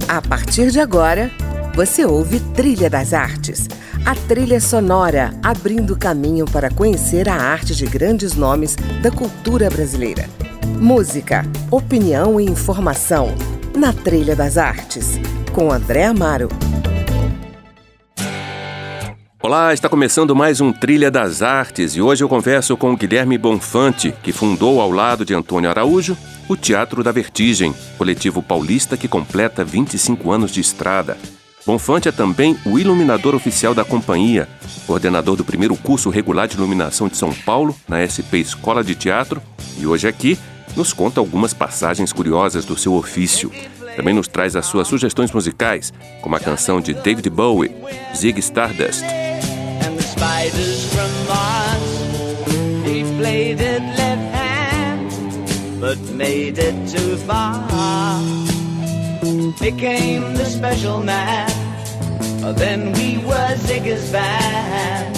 A partir de agora, você ouve Trilha das Artes, a trilha sonora abrindo caminho para conhecer a arte de grandes nomes da cultura brasileira. Música, opinião e informação na Trilha das Artes, com André Amaro. Olá, está começando mais um Trilha das Artes e hoje eu converso com Guilherme Bonfante, que fundou ao lado de Antônio Araújo o Teatro da Vertigem, coletivo paulista que completa 25 anos de estrada. Bonfante é também o iluminador oficial da companhia, coordenador do primeiro curso regular de iluminação de São Paulo, na SP Escola de Teatro, e hoje aqui nos conta algumas passagens curiosas do seu ofício. Também nos traz as suas sugestões musicais, como a canção de David Bowie, Ziggy Stardust. Spiders from Mars, he played it left hand, but made it too far. Became the special man, then we were Ziggy's band.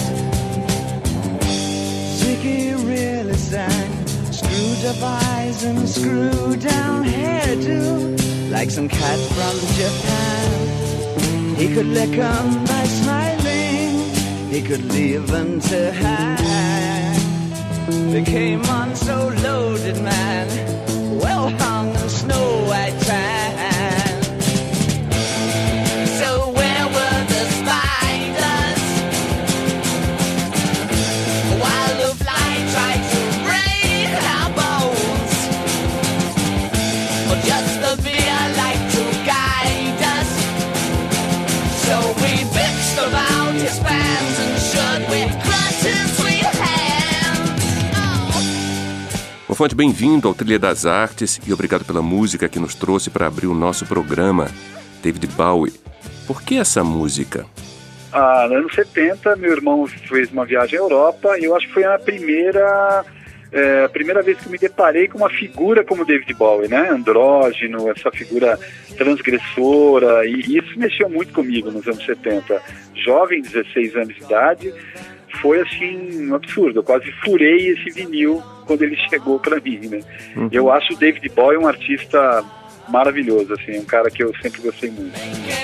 Ziggy really sang, screwed up eyes and screwed down hairdo, like some cat from Japan. He could lick 'em by smiling, he could leave them to hang. Became on so loaded man, well hung in snow white tan. So where were the spiders while the fly tried to break our bones? Or just the beer like to guide us? So we bitched about his fans and should with crushes sweet hands. Bonfante, bem-vindo ao Trilha das Artes e obrigado pela música que nos trouxe para abrir o nosso programa, David Bowie. Por que essa música? Nos anos 70, meu irmão fez uma viagem à Europa e eu acho que foi a primeira vez que eu me deparei com uma figura como David Bowie, né? Andrógeno, essa figura transgressora, e isso mexeu muito comigo nos anos 70. Jovem, 16 anos de idade, foi assim, um absurdo. Eu quase furei esse vinil quando ele chegou para mim, né? Eu acho o David Bowie um artista maravilhoso, assim, um cara que eu sempre gostei muito.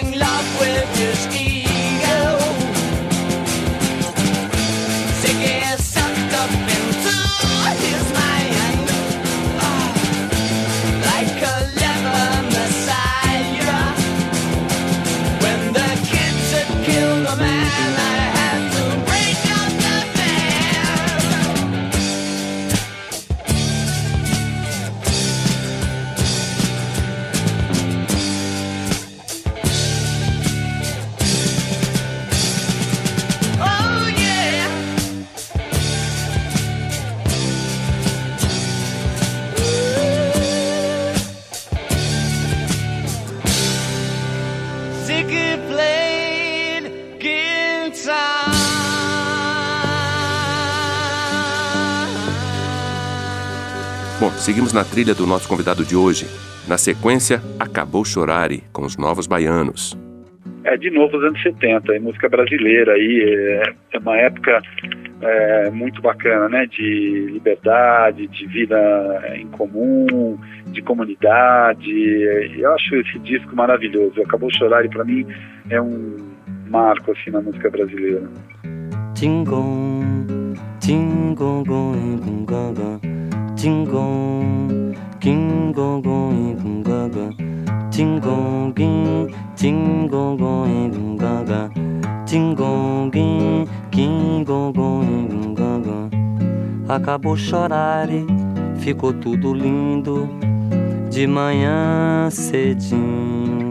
Bom, seguimos na trilha do nosso convidado de hoje. Na sequência, Acabou Chorare, com os Novos Baianos. De novo, os anos 70, e música brasileira aí, é uma época muito bacana, né? De liberdade, de vida em comum, de comunidade. Eu acho esse disco maravilhoso. Acabou Chorare, para mim, é um marco assim na música brasileira. Tingong, tingong, gungaga. Tingong, kingong, gungaga. Tingong, tingong, gungaga. Tingong, kingong, gungaga. Acabou chorar, ficou tudo lindo de manhã cedinho.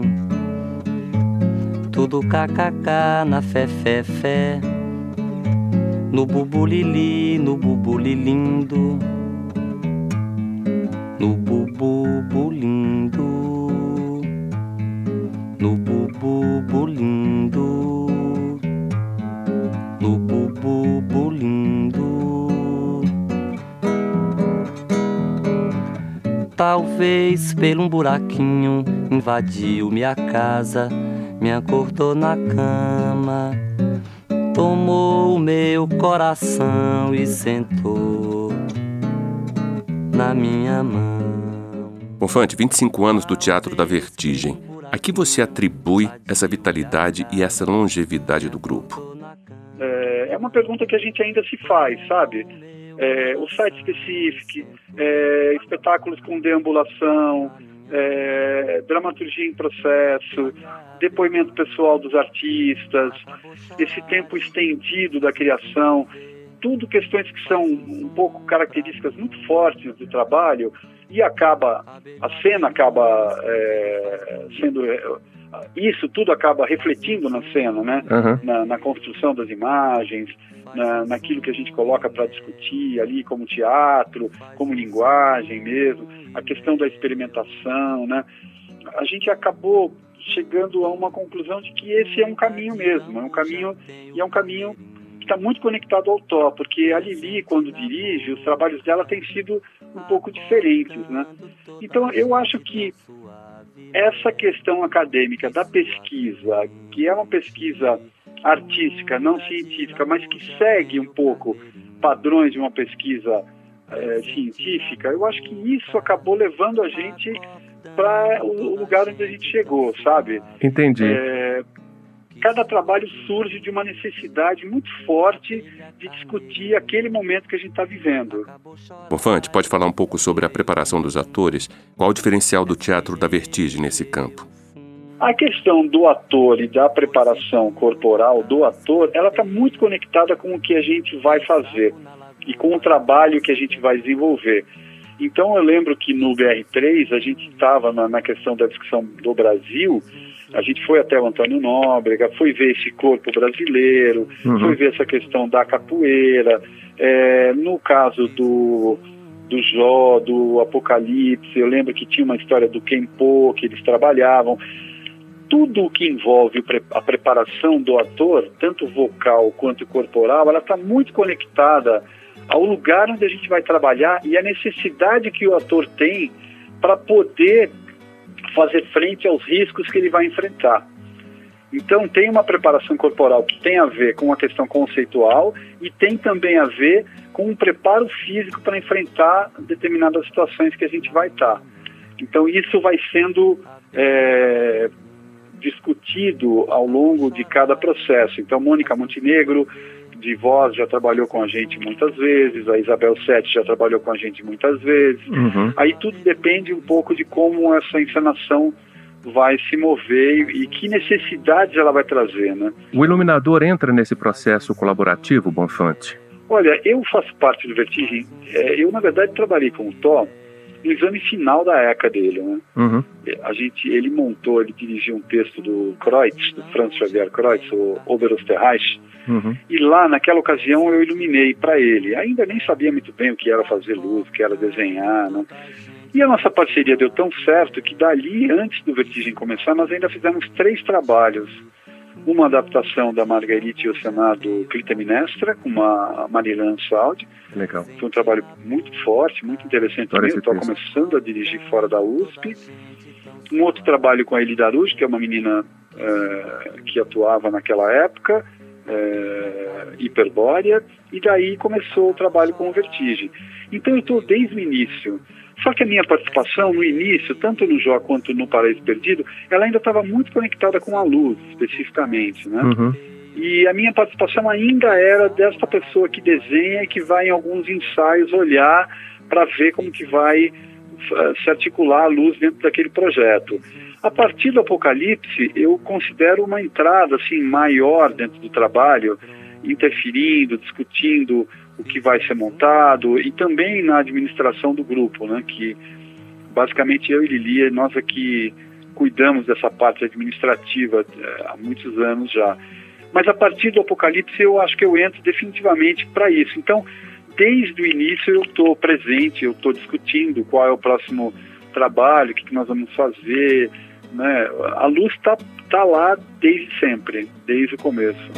Tudo kkk na fé, no bubulili, no bubulilindo. No bubu lindo, no bubu lindo, no bubu lindo. Talvez por um buraquinho invadiu minha casa, me acordou na cama, tomou o meu coração e sentou na minha mão. Bonfante, 25 anos do Teatro da Vertigem. A que você atribui essa vitalidade e essa longevidade do grupo? É uma pergunta que a gente ainda se faz, sabe? O site específico, espetáculos com deambulação, dramaturgia em processo, depoimento pessoal dos artistas, esse tempo estendido da criação, tudo questões que são um pouco características muito fortes do trabalho, e a cena acaba sendo... Isso tudo acaba refletindo na cena, né? Uhum. Na construção das imagens, naquilo que a gente coloca para discutir ali como teatro, como linguagem mesmo, a questão da experimentação, né? A gente acabou chegando a uma conclusão de que esse é um caminho mesmo, é um caminho que está muito conectado ao Tó, porque a Lili, quando dirige, os trabalhos dela têm sido um pouco diferentes, né? Então, eu acho que essa questão acadêmica da pesquisa, que é uma pesquisa artística, não científica, mas que segue um pouco padrões de uma pesquisa científica, eu acho que isso acabou levando a gente para o lugar onde a gente chegou, sabe? Entendi. Cada trabalho surge de uma necessidade muito forte de discutir aquele momento que a gente está vivendo. Bonfante, pode falar um pouco sobre a preparação dos atores? Qual o diferencial do Teatro da Vertigem nesse campo? A questão do ator e da preparação corporal do ator, ela está muito conectada com o que a gente vai fazer e com o trabalho que a gente vai desenvolver. Então eu lembro que no BR3 a gente estava na questão da discussão do Brasil. A gente foi até o Antônio Nóbrega, foi ver esse corpo brasileiro, foi ver essa questão da capoeira, no caso do Jó, do Apocalipse, eu lembro que tinha uma história do Kenpo, que eles trabalhavam. Tudo o que envolve a preparação do ator, tanto vocal quanto corporal, ela está muito conectada ao lugar onde a gente vai trabalhar e a necessidade que o ator tem para poder fazer frente aos riscos que ele vai enfrentar. Então tem uma preparação corporal que tem a ver com a questão conceitual e tem também a ver com um preparo físico para enfrentar determinadas situações que a gente vai estar. Então isso vai sendo discutido ao longo de cada processo. Então Mônica Montenegro, de voz, já trabalhou com a gente muitas vezes, a Isabel Sete já trabalhou com a gente muitas vezes. Aí tudo depende um pouco de como essa encenação vai se mover e que necessidades ela vai trazer, né? O iluminador entra nesse processo colaborativo, Bonfante? Olha, eu faço parte do Vertigem. Eu, na verdade, trabalhei com o Tó no exame final da ECA dele, né? Ele dirigiu um texto do Kreutz, do Franz Xavier Kreutz, o Oberösterreich. E lá, naquela ocasião, eu iluminei para ele. Ainda nem sabia muito bem o que era fazer luz, o que era desenhar, né? E a nossa parceria deu tão certo que dali, antes do Vertigem começar, nós ainda fizemos 3 trabalhos. Uma adaptação da Marguerite Yourcenar do Clitemnestra, com a Marilyn Saldi. Legal. Foi um trabalho muito forte, muito interessante também. Eu estou começando a dirigir fora da USP. Um outro trabalho com a Eli Daruj, que é uma menina que atuava naquela época, Hiperbórea, e daí começou o trabalho com o Vertigem. Então eu estou desde o início. Só que a minha participação no início, tanto no Jó quanto no Paraíso Perdido, ela ainda estava muito conectada com a luz, especificamente, né? E a minha participação ainda era desta pessoa que desenha e que vai em alguns ensaios olhar para ver como que vai se articular a luz dentro daquele projeto. A partir do Apocalipse, eu considero uma entrada assim, maior dentro do trabalho, interferindo, discutindo o que vai ser montado e também na administração do grupo, né? Que basicamente eu e Lili, nós aqui cuidamos dessa parte administrativa há muitos anos já. Mas a partir do Apocalipse eu acho que eu entro definitivamente para isso. Então, desde o início eu estou presente, eu estou discutindo qual é o próximo trabalho, o que nós vamos fazer, né? A luz tá lá desde sempre, desde o começo.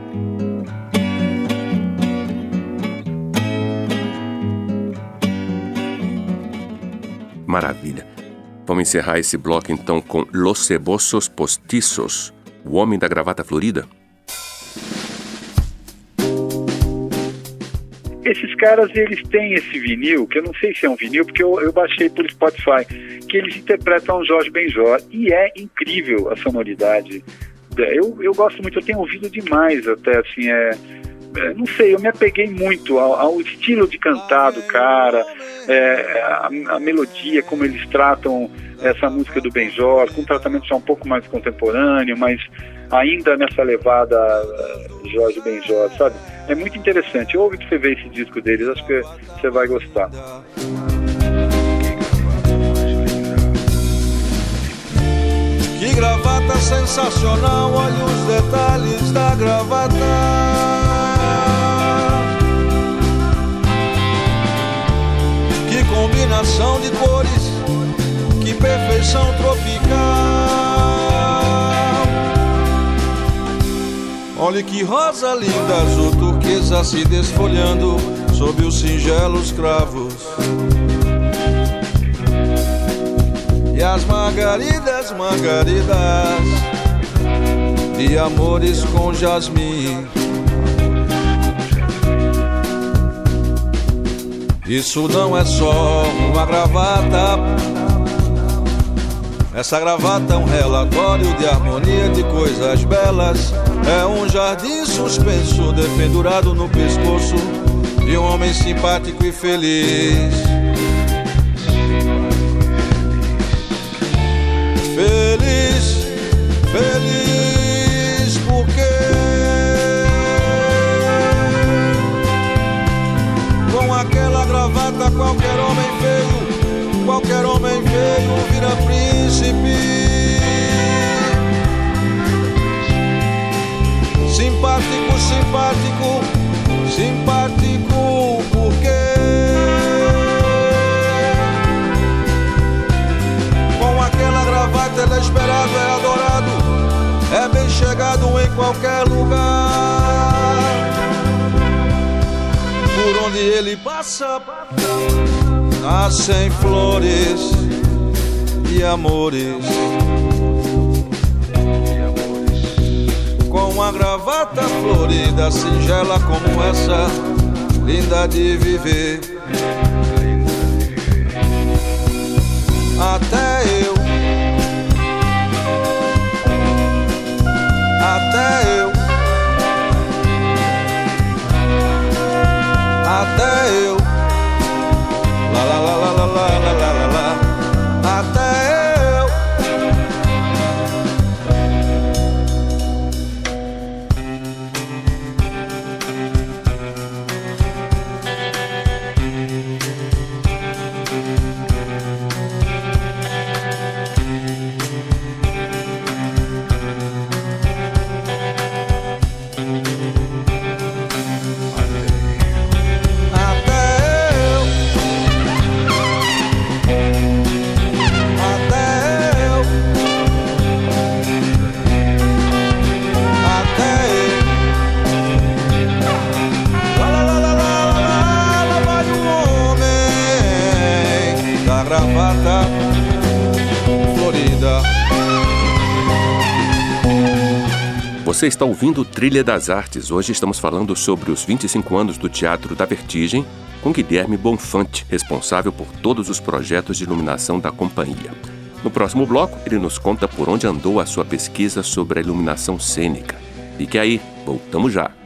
Maravilha. Vamos encerrar esse bloco então com Los Cebosos Postizos, o Homem da Gravata Florida. Esses caras, eles têm esse vinil, que eu não sei se é um vinil, porque eu baixei por Spotify, que eles interpretam Jorge Benjor, e é incrível a sonoridade. Eu gosto muito, eu tenho ouvido demais até, assim, não sei, eu me apeguei muito ao estilo de cantar do cara, a melodia, como eles tratam essa música do Benjor, com um tratamento já um pouco mais contemporâneo, mas ainda nessa levada Jorge Benjor, sabe? É muito interessante. Eu ouvi que você vê esse disco deles, acho que você vai gostar. Que gravata sensacional, olha os detalhes da gravata. Que combinação de cores, que perfeição tropical. Olha que rosa linda, azul turquesa se desfolhando sob os singelos cravos. E as margaridas, de amores com jasmim. Isso não é só uma gravata. Essa gravata é um relatório de harmonia de coisas belas. É um jardim suspenso, defendurado no pescoço de um homem simpático e feliz. Feliz, feliz porque com aquela gravata qualquer homem feio vira príncipe. Simpático, simpático, simpático porque com aquela gravata ele é esperado, é adorado, é bem chegado em qualquer lugar. Por onde ele passa, nascem flores e amores. Com uma gravata florida, singela como essa, linda de viver. Até eu la la la la la la la la la, até eu. Gravata florida. Você está ouvindo Trilha das Artes. Hoje estamos falando sobre os 25 anos do Teatro da Vertigem, com Guilherme Bonfante, responsável por todos os projetos de iluminação da companhia. No próximo bloco, ele nos conta por onde andou a sua pesquisa sobre a iluminação cênica. Fique aí, voltamos já.